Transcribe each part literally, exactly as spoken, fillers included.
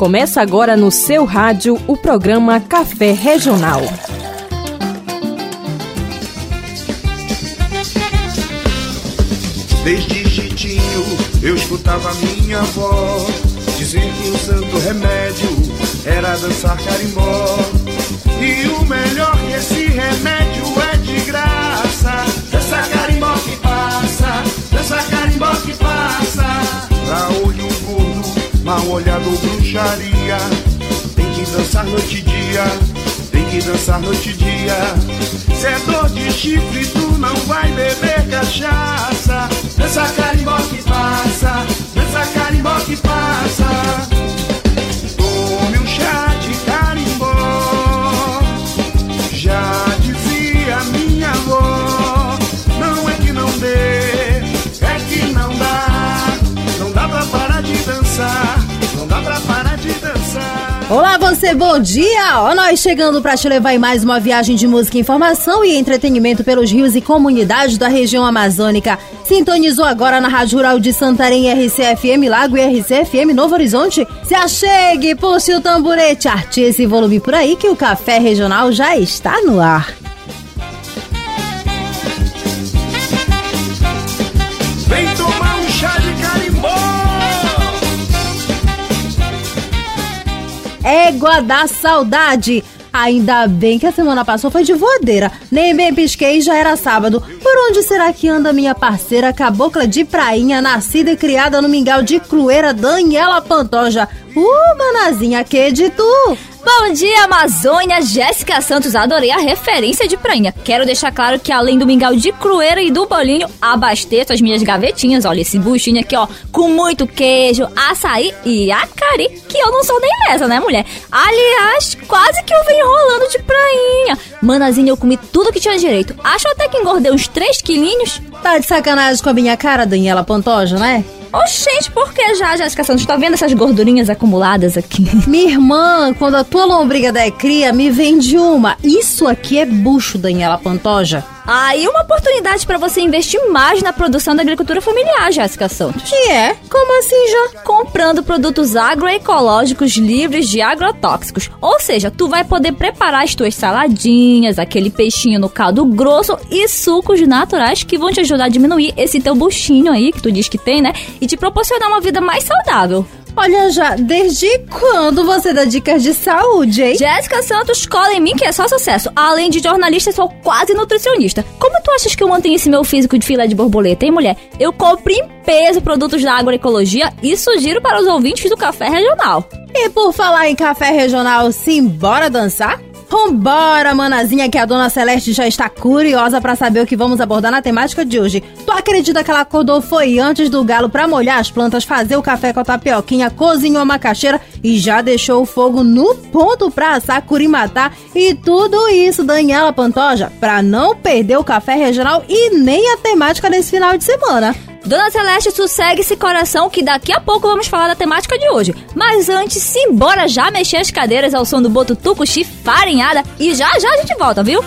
Começa agora no seu rádio o programa Café Regional. Desde jeitinho eu escutava minha avó dizer que o santo remédio era dançar carimbó. E o melhor que esse remédio é de graça. Dança carimbó que passa, dança carimbó que passa. Pra olho gordo, mal olhado ou bruxaria, tem que dançar noite e dia, tem que dançar noite e dia. Se é dor de chifre, tu não vai beber cachaça. Dança carimbó que passa, dança carimbó que passa. Tome um chá de carimbó, já dizia minha avó. Não é que não dê, é que não dá. Não dá pra parar de dançar, não dá pra parar de dançar. Olá você, bom dia! Ó, nós chegando para te levar em mais uma viagem de música, informação e entretenimento pelos rios e comunidades da região amazônica. Sintonizou agora na Rádio Rural de Santarém, R C F M Lago e R C F M Novo Horizonte? Se achegue, puxe o tamborete, arte esse volume por aí que o Café Regional já está no ar. Vem tomar um chá de carimbó. Égua da saudade. Ainda bem que a semana passou foi de voadeira. Nem bem pisquei e já era sábado. Por onde será que anda minha parceira cabocla de prainha, nascida e criada no mingau de Crueira, Daniela Pantoja? Uh, manazinha, que de tu? Bom dia, Amazônia! Jéssica Santos, adorei a referência de prainha. Quero deixar claro que além do mingau de Crueira e do bolinho, abasteço as minhas gavetinhas. Olha esse buchinho aqui, ó, com muito queijo, açaí e acari, que eu não sou nem nessa, né, mulher? Aliás, quase que eu venho enrolando de prainha. Manazinha, eu comi tudo que tinha direito. Acho até que engordei uns três quilinhos. Tá de sacanagem com a minha cara, Daniela Pantoja, né? Oxente, por que já, Jéssica Santos? Tá vendo essas gordurinhas acumuladas aqui? Minha irmã, quando a tua lombriga der cria, me vende uma. Isso aqui é bucho, Daniela Pantoja. Aí uma oportunidade pra você investir mais na produção da agricultura familiar, Jéssica Santos. Que é? Como assim já? Comprando produtos agroecológicos livres de agrotóxicos. Ou seja, tu vai poder preparar as tuas saladinhas, aquele peixinho no caldo grosso e sucos naturais que vão te ajudar a diminuir esse teu buchinho aí, que tu diz que tem, né? E te proporcionar uma vida mais saudável. Olha já, desde quando você dá dicas de saúde, hein? Jéssica Santos, cola em mim que é só sucesso. Além de jornalista, sou quase nutricionista. Como tu achas que eu mantenho esse meu físico de filé de borboleta, hein, mulher? Eu compro em peso produtos da agroecologia e sugiro para os ouvintes do Café Regional. E por falar em Café Regional, simbora dançar? Vambora, manazinha, que a dona Celeste já está curiosa pra saber o que vamos abordar na temática de hoje. Tu acredita que ela acordou foi antes do galo pra molhar as plantas, fazer o café com a tapioquinha, cozinhou a macaxeira e já deixou o fogo no ponto pra assar, curimatá e tudo isso, Daniela Pantoja, pra não perder o Café Regional e nem a temática desse final de semana. Dona Celeste, sossegue esse coração que daqui a pouco vamos falar da temática de hoje. Mas antes, simbora já mexer as cadeiras ao som do botutucuxi farinhada e já já a gente volta, viu?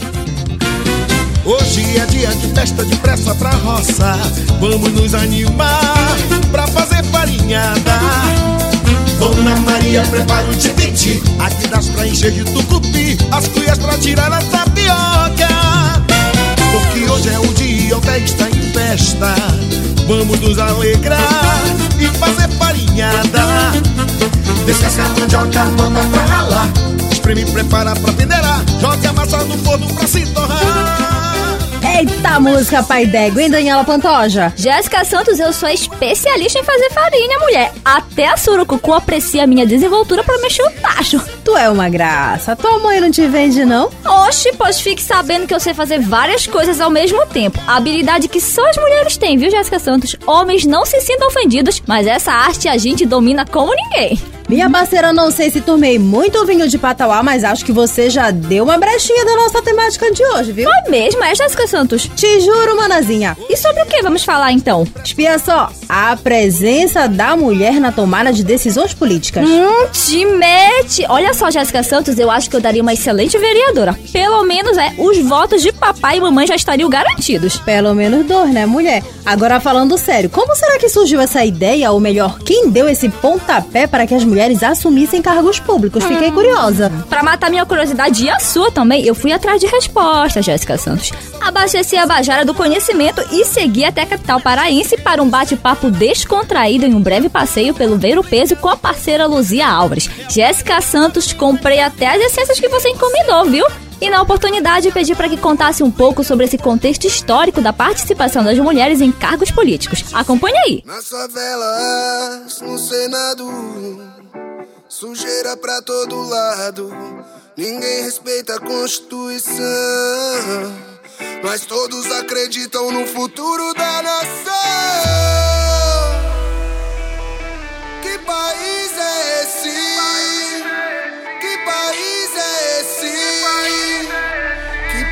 Hoje é dia de festa, de pressa pra roça. Vamos nos animar pra fazer farinhada. Dona Maria, prepara o tipiti, aqui das pra encher de tucupi, as cuias pra tirar a tapioca. Porque hoje é o dia, o pé está em festa. Vamos nos alegrar e fazer farinhada. Descasca a mandioca, bota pra ralar, espreme, prepara pra peneirar, joga a massa no forno pra se torrar. Eita música, pai d'égua, hein, Daniela Pantoja? Jéssica Santos, eu sou especialista em fazer farinha, mulher. Até a Surucucu aprecia a minha desenvoltura pra mexer o tacho. Tu é uma graça. Tua mãe não te vende, não? Oxe, pois fique sabendo que eu sei fazer várias coisas ao mesmo tempo. A habilidade que só as mulheres têm, viu, Jéssica Santos? Homens não se sintam ofendidos, mas essa arte a gente domina como ninguém. Minha parceira, não sei se tomei muito vinho de patauá, mas acho que você já deu uma brechinha da nossa temática de hoje, viu? Foi mesmo, é, Jéssica Santos? Te juro, manazinha. E sobre o que vamos falar, então? Espia só, a presença da mulher na tomada de decisões políticas. Hum, te mete! Olha só, Jéssica Santos, eu acho que eu daria uma excelente vereadora. Pelo menos, é, os votos de papai e mamãe já estariam garantidos. Pelo menos dois, né, mulher? Agora, falando sério, como será que surgiu essa ideia, ou melhor, quem deu esse pontapé para que as mulheres mulheres assumissem cargos públicos. Fiquei curiosa. Pra matar minha curiosidade e a sua também, eu fui atrás de resposta, Jéssica Santos. Abasteci a Bajara do conhecimento e segui até a capital paraense para um bate-papo descontraído em um breve passeio pelo Ver o Peso com a parceira Luzia Álvares. Jéssica Santos, comprei até as essências que você encomendou, viu? E na oportunidade pedi para que contasse um pouco sobre esse contexto histórico da participação das mulheres em cargos políticos. Acompanhe aí. Nas favelas, no Senado, sujeira pra todo lado, ninguém respeita a Constituição, mas todos acreditam no futuro da nação. Que país é esse? Que país é esse? Que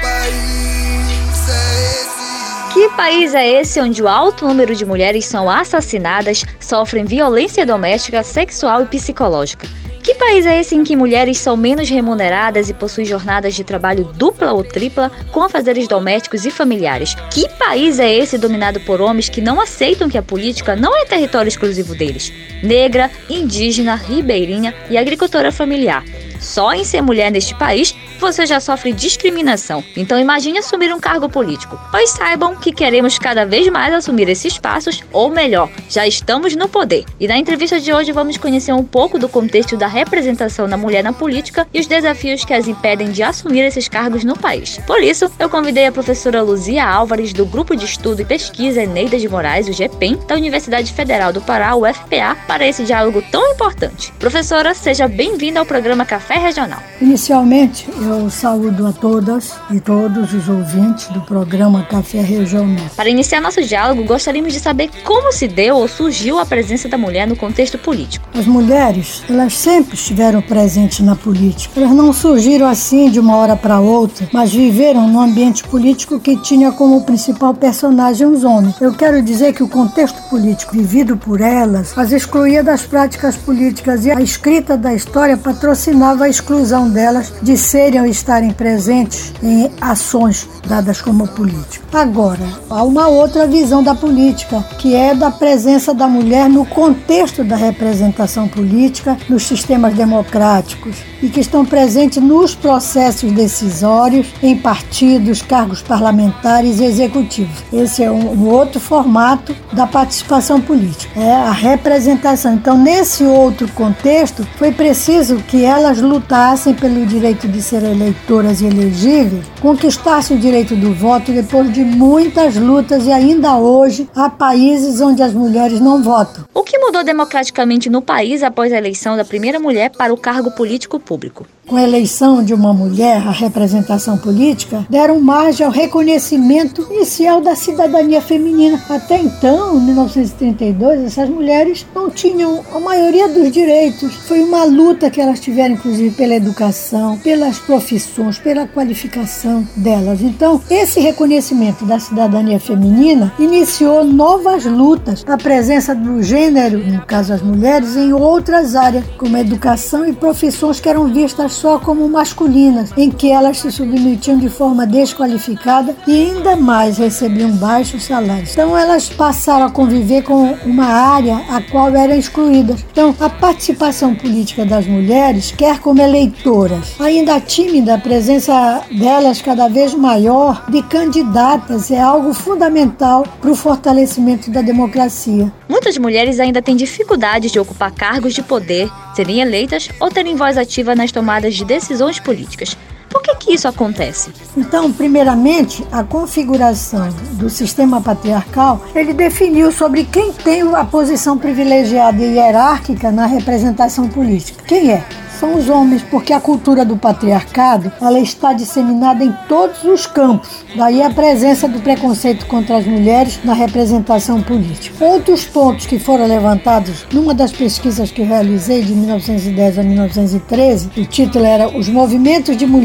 país é esse? Que país é esse onde o alto número de mulheres são assassinadas, sofrem violência doméstica, sexual e psicológica? Que país é esse em que mulheres são menos remuneradas e possuem jornadas de trabalho dupla ou tripla com afazeres domésticos e familiares? Que país é esse dominado por homens que não aceitam que a política não é território exclusivo deles? Negra, indígena, ribeirinha e agricultora familiar. Só em ser mulher neste país, você já sofre discriminação. Então imagine assumir um cargo político. Pois saibam que queremos cada vez mais assumir esses espaços, ou melhor, já estamos no poder. E na entrevista de hoje vamos conhecer um pouco do contexto da representação da mulher na política e os desafios que as impedem de assumir esses cargos no país. Por isso, eu convidei a professora Luzia Álvares, do Grupo de Estudo e Pesquisa Eneida de Moraes, o GEPEM, da Universidade Federal do Pará, U F P A, para esse diálogo tão importante. Professora, seja bem-vinda ao programa Café Regional. Inicialmente, eu saúdo a todas e todos os ouvintes do programa Café Regional. Para iniciar nosso diálogo, gostaríamos de saber como se deu ou surgiu a presença da mulher no contexto político. As mulheres, elas sempre estiveram presentes na política. Elas não surgiram assim de uma hora para outra, mas viveram num ambiente político que tinha como principal personagem os homens. Eu quero dizer que o contexto político vivido por elas as excluía das práticas políticas e a escrita da história patrocinava a exclusão delas de serem ou estarem presentes em ações dadas como políticas. Agora, há uma outra visão da política, que é da presença da mulher no contexto da representação política nos sistemas democráticos e que estão presentes nos processos decisórios, em partidos, cargos parlamentares e executivos. Esse é um, um outro formato da participação política, é a representação. Então, nesse outro contexto, foi preciso que elas lutassem pelo direito de ser eleitoras e elegíveis, conquistassem o direito do voto depois de muitas lutas, e ainda hoje há países onde as mulheres não votam. O que mudou democraticamente no país após a eleição da primeira mulher para o cargo político público? Com a eleição de uma mulher, a representação política, deram margem ao reconhecimento inicial da cidadania feminina. Até então, em mil novecentos e trinta e dois, essas mulheres não tinham a maioria dos direitos. Foi uma luta que elas tiveram, inclusive, pela educação, pelas profissões, pela qualificação delas. Então, esse reconhecimento da cidadania feminina iniciou novas lutas, a presença do gênero, no caso as mulheres, em outras áreas, como educação e profissões que eram vistas só como masculinas, em que elas se submetiam de forma desqualificada e ainda mais recebiam baixos salários. Então elas passaram a conviver com uma área a qual eram excluídas. Então a participação política das mulheres, quer como eleitoras, ainda tímida, a presença delas cada vez maior de candidatas é algo fundamental para o fortalecimento da democracia. Muitas mulheres ainda têm dificuldades de ocupar cargos de poder, serem eleitas ou terem voz ativa nas tomadas de decisões políticas. Por que que isso acontece? Então, primeiramente, a configuração do sistema patriarcal, ele definiu sobre quem tem a posição privilegiada e hierárquica na representação política. Quem é? São os homens, porque a cultura do patriarcado ela está disseminada em todos os campos. Daí a presença do preconceito contra as mulheres na representação política. Outros pontos que foram levantados numa das pesquisas que eu realizei de mil novecentos e dez a mil novecentos e treze, o título era Os Movimentos de Mulheres e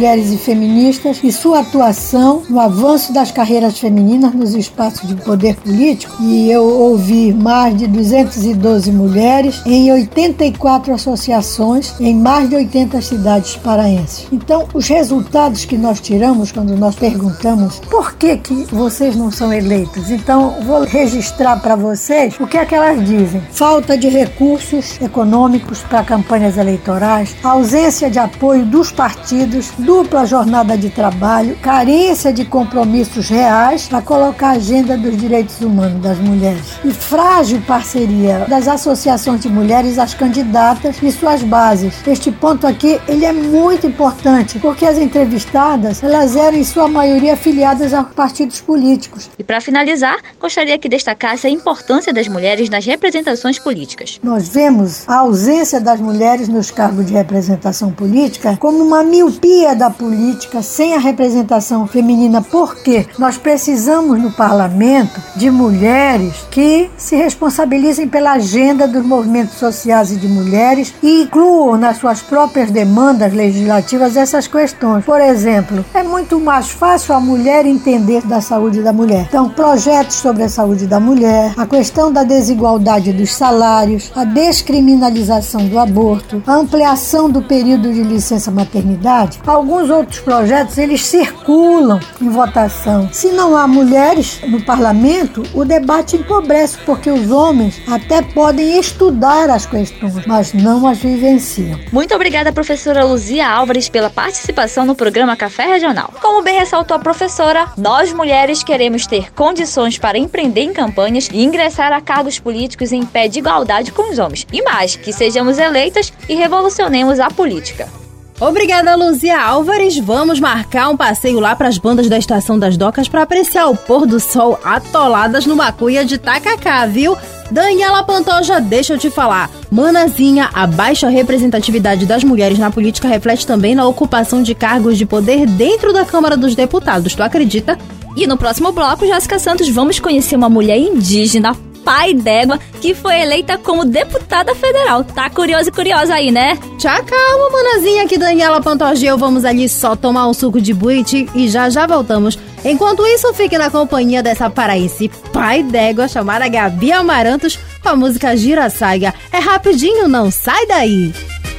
feministas e sua atuação no avanço das carreiras femininas nos espaços de poder político. E eu ouvi mais de duzentas e doze mulheres em oitenta e quatro associações em mais de oitenta cidades paraenses. Então, os resultados que nós tiramos quando nós perguntamos por que que vocês não são eleitos, então vou registrar para vocês o que é que elas dizem. Falta de recursos econômicos para campanhas eleitorais, ausência de apoio dos partidos, dupla jornada de trabalho, carência de compromissos reais para colocar a agenda dos direitos humanos das mulheres e frágil parceria das associações de mulheres às candidatas e suas bases. Este ponto aqui, ele é muito importante, porque as entrevistadas, elas eram em sua maioria afiliadas a partidos políticos. E para finalizar, gostaria que destacasse a importância das mulheres nas representações políticas. Nós vemos a ausência das mulheres nos cargos de representação política como uma miopia da política sem a representação feminina. Por quê? Nós precisamos no parlamento de mulheres que se responsabilizem pela agenda dos movimentos sociais e de mulheres e incluam nas suas próprias demandas legislativas essas questões. Por exemplo, é muito mais fácil a mulher entender da saúde da mulher. Então, projetos sobre a saúde da mulher, a questão da desigualdade dos salários, a descriminalização do aborto, a ampliação do período de licença maternidade. Alguns outros projetos, eles circulam em votação. Se não há mulheres no parlamento, o debate empobrece, porque os homens até podem estudar as questões, mas não as vivenciam. Muito obrigada, professora Luzia Álvares, pela participação no programa Café Regional. Como bem ressaltou a professora, nós mulheres queremos ter condições para empreender em campanhas e ingressar a cargos políticos em pé de igualdade com os homens. E mais, que sejamos eleitas e revolucionemos a política. Obrigada, Luzia Álvares. Vamos marcar um passeio lá para as bandas da Estação das Docas para apreciar o pôr do sol atoladas numa cuia de tacacá, viu? Daniela Pantoja, deixa eu te falar. Manazinha, a baixa representatividade das mulheres na política reflete também na ocupação de cargos de poder dentro da Câmara dos Deputados. Tu acredita? E no próximo bloco, Jéssica Santos, vamos conhecer uma mulher indígena, pai d'égua, que foi eleita como deputada federal. Tá curioso e curiosa aí, né? Tchau, calma, manazinha, que Daniela Pantoja e eu vamos ali só tomar um suco de buite e já já voltamos. Enquanto isso, fique na companhia dessa paraense pai d'égua chamada Gabi Amarantos com a música Girassaiga. É rapidinho, não sai daí!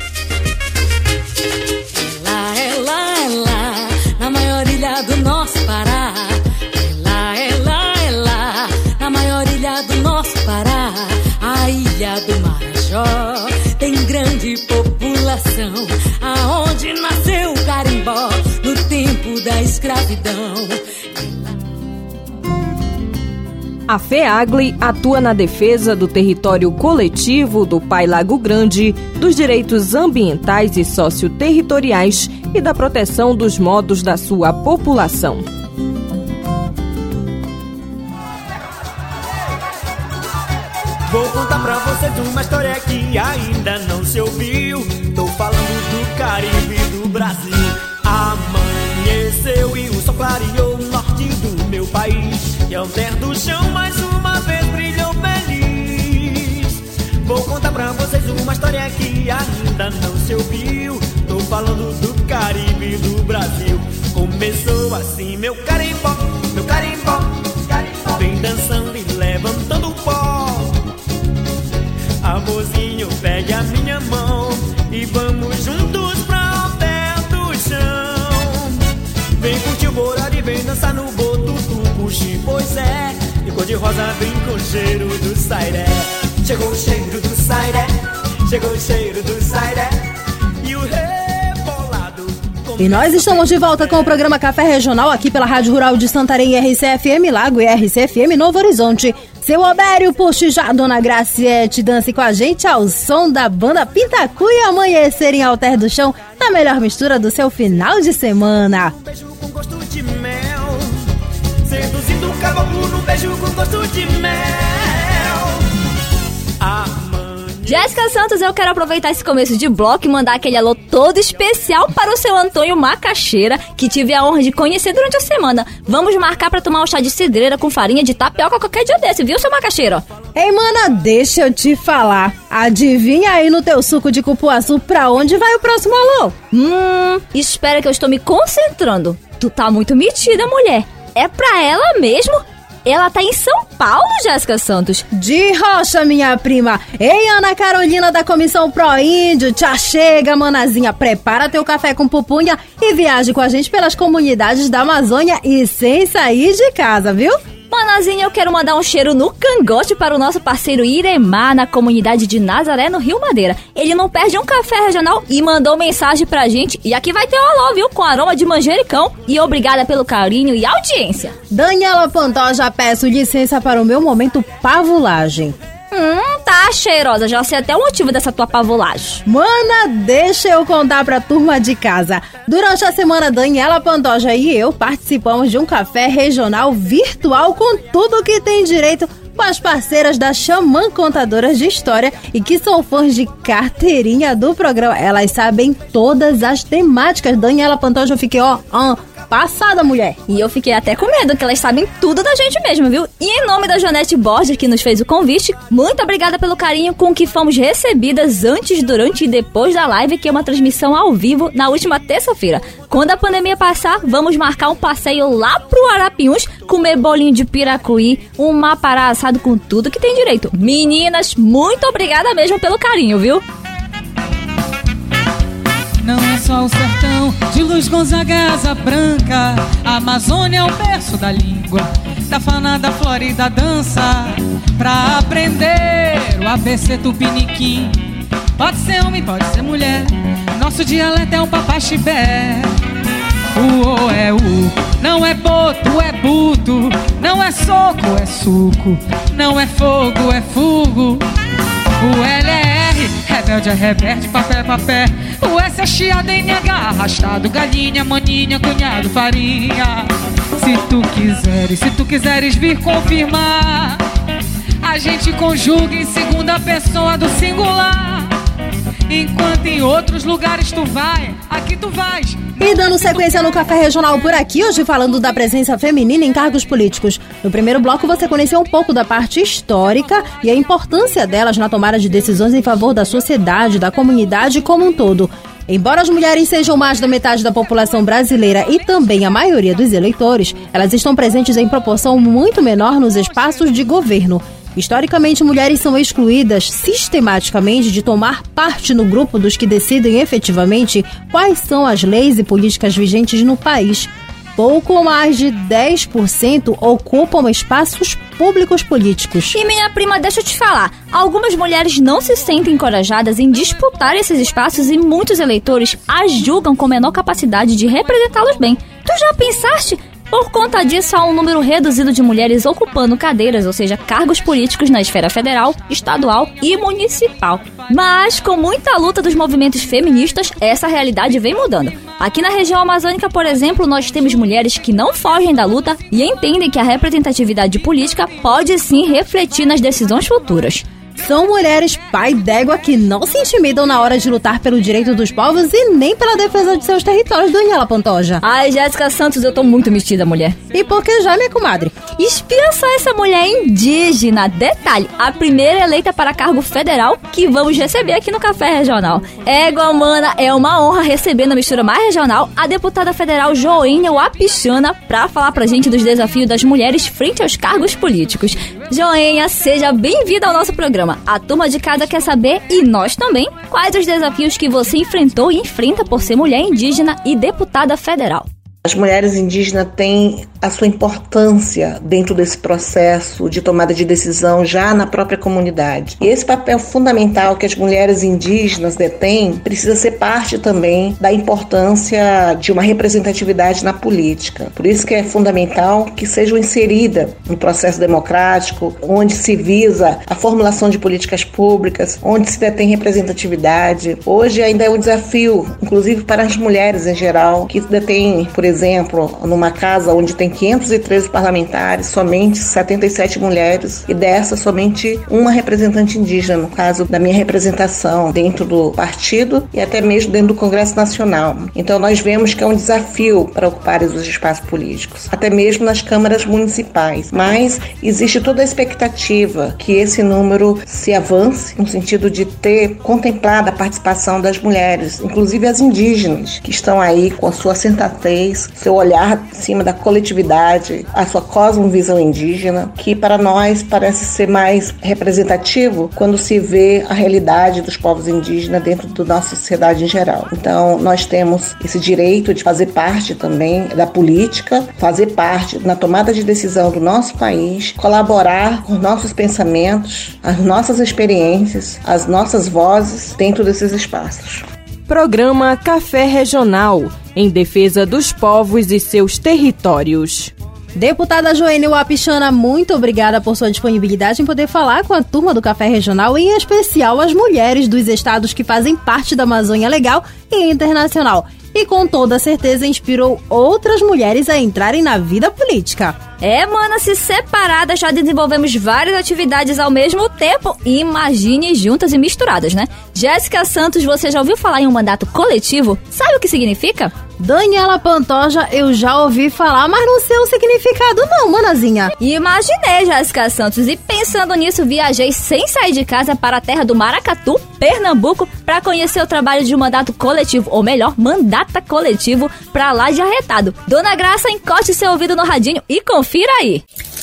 É lá, é lá, é lá, na maior ilha do nosso Pará. É lá, é lá, é lá, na maior ilha do nosso Pará. A ilha do Marajó tem grande população, aonde nasceu o carimbó no tempo da escravidão. A FEAGLE atua na defesa do território coletivo do Pai Lago Grande, dos direitos ambientais e socioterritoriais e da proteção dos modos da sua população. Vou contar pra vocês uma história que ainda não se ouviu. Tô falando do Caribe do Brasil. Amanheceu e o sol clareou o norte do meu país, e ao ter do chão mais uma vez brilhou feliz. Vou contar pra vocês uma história que ainda não se ouviu. Tô falando do Caribe do Brasil. Começou assim, meu carimbó, meu carimbó, carimbó vem dançando e levantando o pó. Amorzinho, pegue a minha mão e vamos juntos pra pé do chão. Vem curtir o borado e vem dançar no boto do puxi, pois é. E cor de rosa vem com o cheiro do sairé. Chegou o cheiro do sairé, chegou o cheiro do sairé. E o rebolado. E nós estamos de volta com o programa Café Regional aqui pela Rádio Rural de Santarém, R C F M Lago e R C F M Novo Horizonte. Seu Obério, puxe já, Dona Graciete, dance com a gente ao som da banda Pitacu e amanhecer em Alter do Chão, na melhor mistura do seu final de semana. Um beijo com gosto de mel, seduzindo o caboclo num beijo com gosto de mel. Amanhã. Jéssica Santos, eu quero aproveitar esse começo de bloco e mandar aquele alô todo especial para o seu Antônio Macaxeira, que tive a honra de conhecer durante a semana. Vamos marcar para tomar um chá de cidreira com farinha de tapioca qualquer dia desse, viu, seu Macaxeira? Ei, mana, deixa eu te falar. Adivinha aí no teu suco de cupuaçu pra onde vai o próximo alô? Hum, espera que eu estou me concentrando. Tu tá muito metida, mulher. É pra ela mesmo? Ela tá em São Paulo, Jéssica Santos. De rocha, minha prima. Ei, Ana Carolina da Comissão Pro Índio, já chega, manazinha. Prepara teu café com pupunha e viaje com a gente pelas comunidades da Amazônia e sem sair de casa, viu? Manazinha, eu quero mandar um cheiro no cangote para o nosso parceiro Iremar, na comunidade de Nazaré, no Rio Madeira. Ele não perde um café regional e mandou mensagem pra gente. E aqui vai ter um alô, viu? Com aroma de manjericão. E obrigada pelo carinho e audiência. Daniela Pantoja, peço licença para o meu momento pavulagem. Hum, tá cheirosa, já sei até o motivo dessa tua pavulagem. Mana, deixa eu contar pra turma de casa. Durante a semana, Daniela Pantoja e eu participamos de um café regional virtual com tudo que tem direito com as parceiras da Xamã Contadoras de História e que são fãs de carteirinha do programa. Elas sabem todas as temáticas. Daniela Pantoja, eu fiquei, ó, ó, passada, mulher. E eu fiquei até com medo, que elas sabem tudo da gente mesmo, viu? E em nome da Janete Borges, que nos fez o convite, muito obrigada pelo carinho com que fomos recebidas antes, durante e depois da live, que é uma transmissão ao vivo na última terça-feira. Quando a pandemia passar, vamos marcar um passeio lá pro Arapiuns, comer bolinho de piracuí, um mapará assado com tudo que tem direito. Meninas, muito obrigada mesmo pelo carinho, viu? Não é só o sertão de Luiz Gonzaga, asa branca. A Amazônia é o berço da língua, da fauna, da flora e da dança. Pra aprender o A B C tupiniquim, pode ser homem, pode ser mulher. Nosso dialeto é um papaxibé. O O é U, não é boto, é buto. Não é soco, é suco. Não é fogo, é fugo. O L é R, rebelde é rebelde, papel é papel. O S é chiado, N H, arrastado, galinha, maninha, cunhado, farinha. Se tu quiseres, se tu quiseres vir confirmar, a gente conjuga em segunda pessoa do singular. Enquanto em outros lugares tu vai, aqui tu vais. E dando sequência no Café Regional por aqui, hoje falando da presença feminina em cargos políticos. No primeiro bloco você conheceu um pouco da parte histórica e a importância delas na tomada de decisões em favor da sociedade, da comunidade como um todo. Embora as mulheres sejam mais da metade da população brasileira e também a maioria dos eleitores, elas estão presentes em proporção muito menor nos espaços de governo. Historicamente, mulheres são excluídas sistematicamente de tomar parte no grupo dos que decidem efetivamente quais são as leis e políticas vigentes no país. Pouco mais de dez por cento ocupam espaços públicos políticos. E minha prima, deixa eu te falar, algumas mulheres não se sentem encorajadas em disputar esses espaços e muitos eleitores as julgam com menor capacidade de representá-los bem. Tu já pensaste? Por conta disso, há um número reduzido de mulheres ocupando cadeiras, ou seja, cargos políticos na esfera federal, estadual e municipal. Mas, com muita luta dos movimentos feministas, essa realidade vem mudando. Aqui na região amazônica, por exemplo, nós temos mulheres que não fogem da luta e entendem que a representatividade política pode sim refletir nas decisões futuras. São mulheres pai d'égua que não se intimidam na hora de lutar pelo direito dos povos e nem pela defesa de seus territórios, Daniela Pantoja. Ai, Jéssica Santos, eu tô muito metida, mulher. E por que já, minha comadre? Espia só essa mulher indígena. Detalhe, a primeira eleita para cargo federal que vamos receber aqui no Café Regional. Égua, mana, é uma honra receber na mistura mais regional a deputada federal Joênia Wapichana pra falar pra gente dos desafios das mulheres frente aos cargos políticos. Joênia, seja bem-vinda ao nosso programa. A turma de casa quer saber, e nós também, quais os desafios que você enfrentou e enfrenta por ser mulher indígena e deputada federal. As mulheres indígenas têm a sua importância dentro desse processo de tomada de decisão já na própria comunidade. E esse papel fundamental que as mulheres indígenas detêm precisa ser parte também da importância de uma representatividade na política. Por isso que é fundamental que sejam inseridas no processo democrático, onde se visa a formulação de políticas públicas, onde se detém representatividade. Hoje ainda é um desafio, inclusive para as mulheres em geral, que detêm, por exemplo, numa casa onde tem tem quinhentos e treze parlamentares, somente setenta e sete mulheres, e dessas somente uma representante indígena, no caso da minha representação dentro do partido e até mesmo dentro do Congresso Nacional. Então nós vemos que é um desafio para ocupar os espaços políticos, até mesmo nas câmaras municipais, mas existe toda a expectativa que esse número se avance no sentido de ter contemplado a participação das mulheres, inclusive as indígenas, que estão aí com a sua sensatez, seu olhar em cima da coletividade, a sua cosmovisão indígena, que para nós parece ser mais representativo quando se vê a realidade dos povos indígenas dentro da nossa sociedade em geral. Então, nós temos esse direito de fazer parte também da política, fazer parte na tomada de decisão do nosso país, colaborar com nossos pensamentos, as nossas experiências, as nossas vozes dentro desses espaços. Programa Café Regional, em defesa dos povos e seus territórios. Deputada Joênia Wapichana, muito obrigada por sua disponibilidade em poder falar com a turma do Café Regional, e em especial as mulheres dos estados que fazem parte da Amazônia Legal e Internacional. E com toda certeza inspirou outras mulheres a entrarem na vida política. É, mana, se separadas já desenvolvemos várias atividades ao mesmo tempo. Imagine juntas e misturadas, né? Jéssica Santos, você já ouviu falar em um mandato coletivo? Sabe o que significa? Daniela Pantoja, eu já ouvi falar, mas não sei o significado não, manazinha. Imaginei, Jéssica Santos, e pensando nisso, viajei sem sair de casa para a terra do Maracatu, Pernambuco, para conhecer o trabalho de um mandato coletivo, ou melhor, mandata coletivo, pra lá de Arretado. Dona Graça, encoste seu ouvido no radinho e confira aí.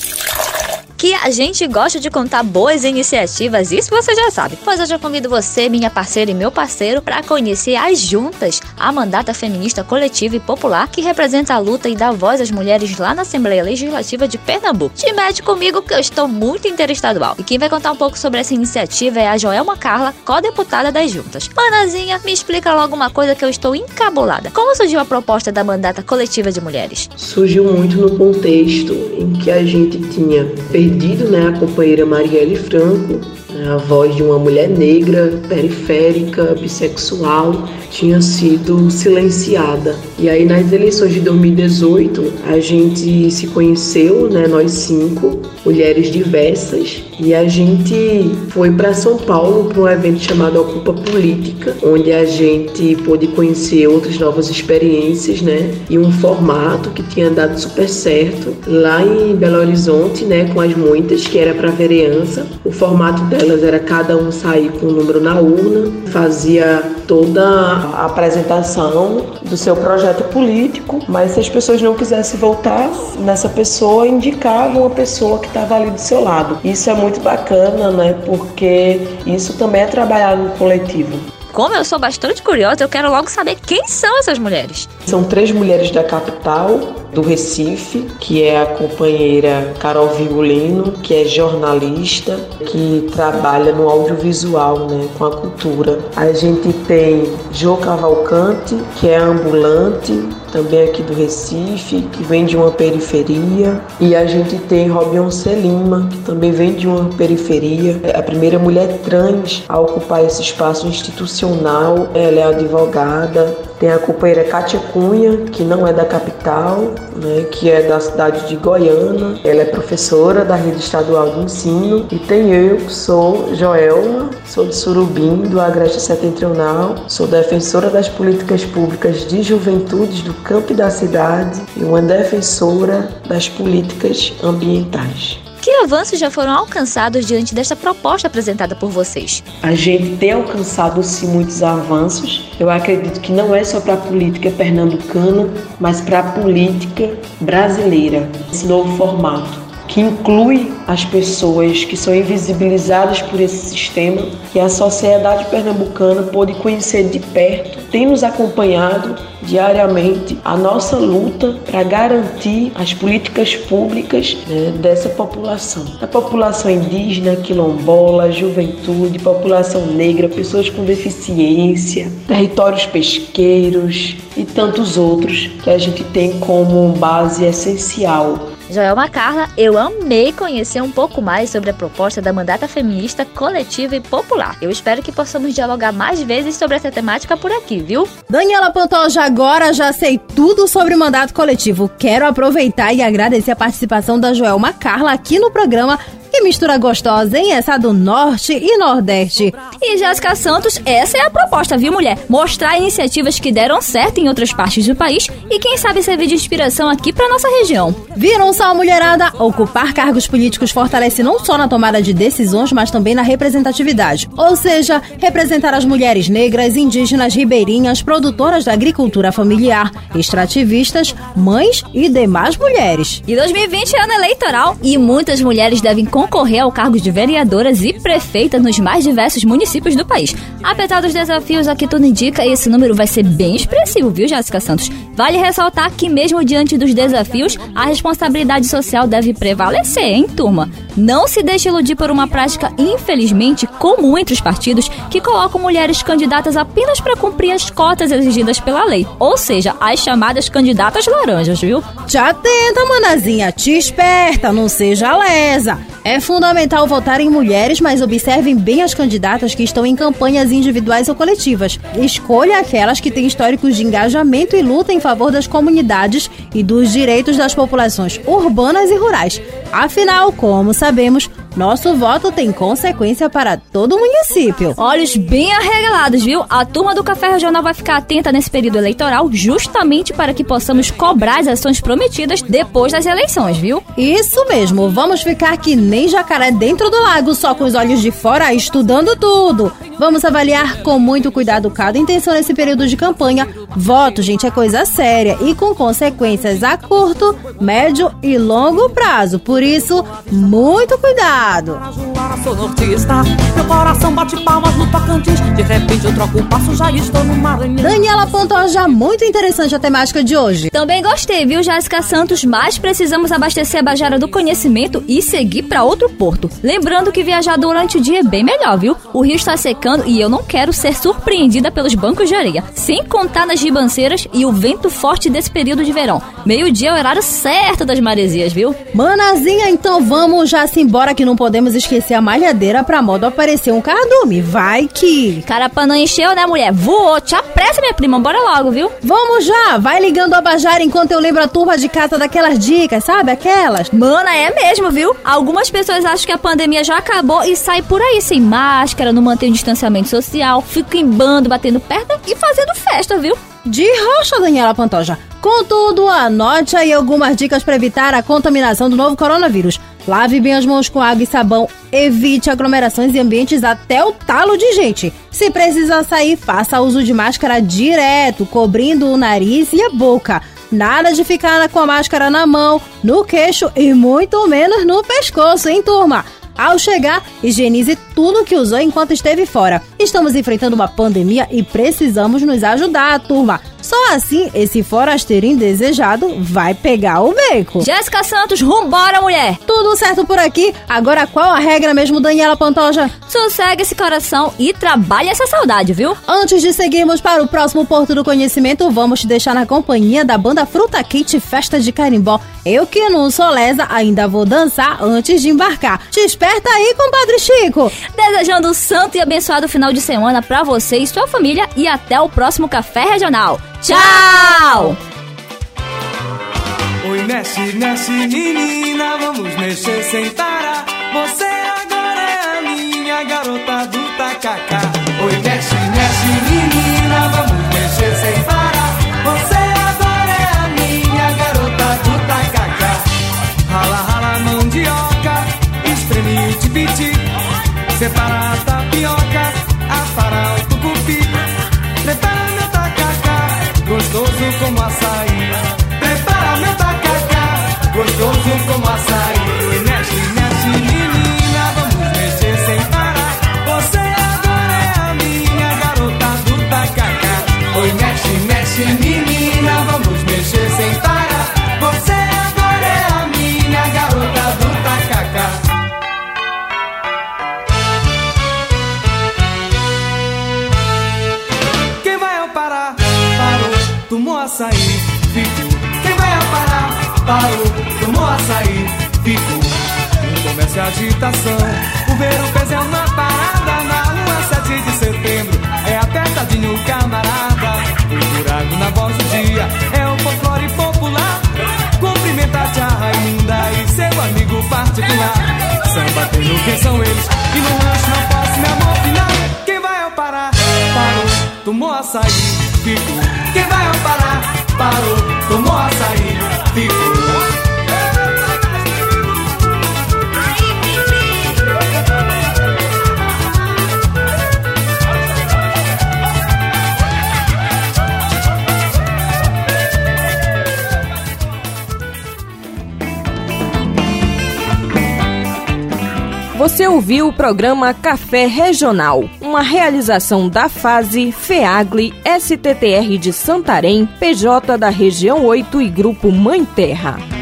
Que a gente gosta de contar boas iniciativas, isso você já sabe. Pois hoje eu convido você, minha parceira e meu parceiro, para conhecer as Juntas, a mandata feminista coletiva e popular que representa a luta e dá voz às mulheres lá na Assembleia Legislativa de Pernambuco. Te mete comigo que eu estou muito interestadual. E quem vai contar um pouco sobre essa iniciativa é a Joelma Carla, co-deputada das Juntas. Manazinha, me explica logo uma coisa que eu estou encabulada. Como surgiu a proposta da mandata coletiva de mulheres? Surgiu muito no contexto em que a gente tinha perdido, né, a companheira Marielle Franco, né, a voz de uma mulher negra, periférica, bissexual, tinha sido silenciada. E aí nas eleições de dois mil e dezoito a gente se conheceu, né, nós cinco, mulheres diversas, e a gente foi para São Paulo para um evento chamado Ocupa Política, onde a gente pôde conhecer outras novas experiências, né, e um formato que tinha dado super certo lá em Belo Horizonte, né, com as muitas, que era para vereança. O formato delas era cada um sair com um número na urna, fazia toda a apresentação do seu projeto político, mas se as pessoas não quisessem votar nessa pessoa, indicavam uma pessoa que estava ali do seu lado. Isso é muito bacana, né? Porque isso também é trabalhar no coletivo. Como eu sou bastante curiosa, eu quero logo saber quem são essas mulheres. São três mulheres da capital, do Recife, que é a companheira Carol Vigolino, que é jornalista, que trabalha no audiovisual, né, com a cultura. A gente tem Jo Cavalcante, que é ambulante, também aqui do Recife, que vem de uma periferia. E a gente tem Robionce Lima, que também vem de uma periferia. É a primeira mulher trans a ocupar esse espaço institucional. Ela é advogada. Tem a companheira Kátia Cunha, que não é da capital, né, que é da cidade de Goiânia. Ela é professora da rede estadual de ensino. E tem eu, que sou Joelma, sou de Surubim, do Agreste Setentrional. Sou defensora das políticas públicas de juventudes do campo e da cidade e uma defensora das políticas ambientais. Que avanços já foram alcançados diante desta proposta apresentada por vocês? A gente tem alcançado sim muitos avanços. Eu acredito que não é só para a política pernambucana, mas para a política brasileira. Esse novo formato que inclui as pessoas que são invisibilizadas por esse sistema, que a sociedade pernambucana pôde conhecer de perto, tem nos acompanhado diariamente a nossa luta para garantir as políticas públicas, né, dessa população. A população indígena, quilombola, juventude, população negra, pessoas com deficiência, territórios pesqueiros e tantos outros que a gente tem como base essencial Joelma Carla, eu amei conhecer um pouco mais sobre a proposta da mandata feminista coletiva e popular. Eu espero que possamos dialogar mais vezes sobre essa temática por aqui, viu? Daniela Pantoja, agora já sei tudo sobre o mandato coletivo. Quero aproveitar e agradecer a participação da Joelma Carla aqui no programa. Que mistura gostosa, hein? Essa do Norte e Nordeste. E Jéssica Santos, essa é a proposta, viu, mulher? Mostrar iniciativas que deram certo em outras partes do país e quem sabe servir de inspiração aqui pra nossa região. Viram só, mulherada? Ocupar cargos políticos fortalece não só na tomada de decisões, mas também na representatividade. Ou seja, representar as mulheres negras, indígenas, ribeirinhas, produtoras da agricultura familiar, extrativistas, mães e demais mulheres. E dois mil e vinte é ano eleitoral e muitas mulheres devem concorrer ao cargo de vereadoras e prefeitas nos mais diversos municípios do país. Apesar dos desafios a que tudo indica, esse número vai ser bem expressivo, viu, Jéssica Santos? Vale ressaltar que mesmo diante dos desafios, a responsabilidade social deve prevalecer, hein, turma? Não se deixe iludir por uma prática, infelizmente, comum entre os partidos que colocam mulheres candidatas apenas para cumprir as cotas exigidas pela lei, ou seja, as chamadas candidatas laranjas, viu? Te atenta, manazinha, te esperta, não seja lesa. É fundamental votar em mulheres, mas observem bem as candidatas que estão em campanhas individuais ou coletivas. Escolha aquelas que têm históricos de engajamento e luta em favor das comunidades e dos direitos das populações urbanas e rurais. Afinal, como sabemos, nosso voto tem consequência para todo o município. Olhos bem arregalados, viu? A turma do Café Regional vai ficar atenta nesse período eleitoral justamente para que possamos cobrar as ações prometidas depois das eleições, viu? Isso mesmo, vamos ficar que nem jacaré dentro do lago, só com os olhos de fora, estudando tudo. Vamos avaliar com muito cuidado cada intenção nesse período de campanha. Voto, gente, é coisa séria e com consequências a curto, médio e longo prazo. Por isso, muito cuidado. Sou nortista, meu coração bate palmas no Tocantins. De repente eu troco o passo, já estou no Maranhão. Daniela Pantoja, muito interessante a temática de hoje. Também gostei, viu, Jéssica Santos? Mas precisamos abastecer a Bajara do conhecimento e seguir para outro porto. Lembrando que viajar durante o dia é bem melhor, viu? O rio está secando e eu não quero ser surpreendida pelos bancos de areia. Sem contar nas ribanceiras e o vento forte desse período de verão. Meio-dia é o horário certo das maresias, viu? Manazinha, então vamos já-se embora que não podemos esquecer a malhadeira pra modo aparecer um cardume. Vai que... Carapanã encheu, né, mulher? Voou. Te apressa, minha prima. Bora logo, viu? Vamos já. Vai ligando a Bajara enquanto eu lembro a turma de casa daquelas dicas, sabe? Aquelas. Mana, é mesmo, viu? Algumas pessoas acham que a pandemia já acabou e saem por aí sem máscara, não mantém o distanciamento social, ficam em bando, batendo perna e fazendo festa, viu? De rocha, Daniela Pantoja. Contudo, anote aí algumas dicas para evitar a contaminação do novo coronavírus. Lave bem as mãos com água e sabão, evite aglomerações em ambientes até o talo de gente. Se precisar sair, faça uso de máscara direto, cobrindo o nariz e a boca. Nada de ficar com a máscara na mão, no queixo e muito menos no pescoço, hein, turma? Ao chegar, higienize tudo que usou enquanto esteve fora. Estamos enfrentando uma pandemia e precisamos nos ajudar, turma. Só assim, esse forasteiro indesejado vai pegar o beco. Jéssica Santos, rumbora, mulher! Tudo certo por aqui. Agora qual a regra mesmo, Daniela Pantoja? Sossegue esse coração e trabalhe essa saudade, viu? Antes de seguirmos para o próximo Porto do Conhecimento, vamos te deixar na companhia da banda Fruta Kit Festa de Carimbó. Eu que não sou lesa, ainda vou dançar antes de embarcar. Te esperta aí, compadre Chico! Desejando um santo e abençoado final de semana pra você e sua família e até o próximo Café Regional. Tchau! Oi, mexe, mexe, menina, vamos mexer sem parar. Você agora é a minha garota do tacacá. Oi, mexe, mexe, menina, vamos mexer sem parar. Você agora é a minha garota do tacacá. Rala, rala, mandioca, espreme o tipiti. Separa a tapioca, afara o tucupi. Prepara meu tacacá, gostoso como açaí. Prepara meu tacacá, gostoso como açaí. Mexe, mexe, menina, vamos mexer sem parar. Você agora é a minha garota do tacacá. Oi, mexe, mexe, menina, vamos mexer sem parar. Você agora é a minha garota do tacacá. Quem vai ao Pará? Parou, tomou açaí, ficou. Quem vai ao Pará? Parou, tomou açaí. açaí, ficou. No comércio e agitação, o ver o pezão na parada, na rua sete de setembro, é apertadinho camarada, culturado na voz do dia, é o folclore popular. Cumprimenta a tia Railinda e seu amigo particular. Samba tem no quem são eles, e no rancho não posso me amofinar. Quem vai ao Pará? Parou, tomou açaí, ficou. Quem vai ao Pará? Parou, tomou açaí, ficou. Você ouviu o programa Café Regional, uma realização da Fase, FEAGLI, S T T R de Santarém, P J da Região oito e Grupo Mãe Terra.